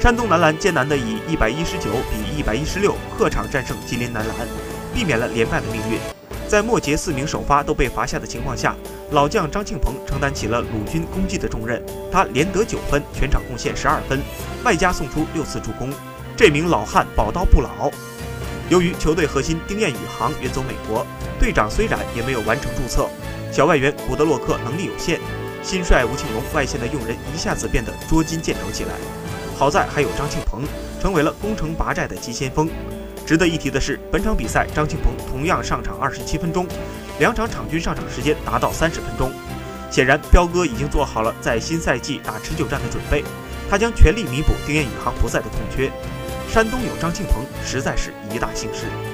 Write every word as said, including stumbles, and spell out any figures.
山东男篮艰难地以一百一十九比一百一十六客场战胜吉林男篮，避免了连败的命运。在末节四名首发都被罚下的情况下，老将张庆鹏承担起了鲁军攻击的重任，他连得九分，全场贡献十二分，外加送出六次助攻。这名老汉宝刀不老。由于球队核心丁彦雨航远走美国，队长虽然也没有完成注册，小外援古德洛克能力有限，新帅吴庆龙外线的用人一下子变得捉襟见肘起来。好在还有张庆鹏，成为了攻城拔寨的急先锋。值得一提的是，本场比赛张庆鹏同样上场二十七分钟，两场场均上场时间达到三十分钟。显然，彪哥已经做好了在新赛季打持久战的准备，他将全力弥补丁彦雨航不在的空缺。山东有张庆鹏，实在是一大幸事。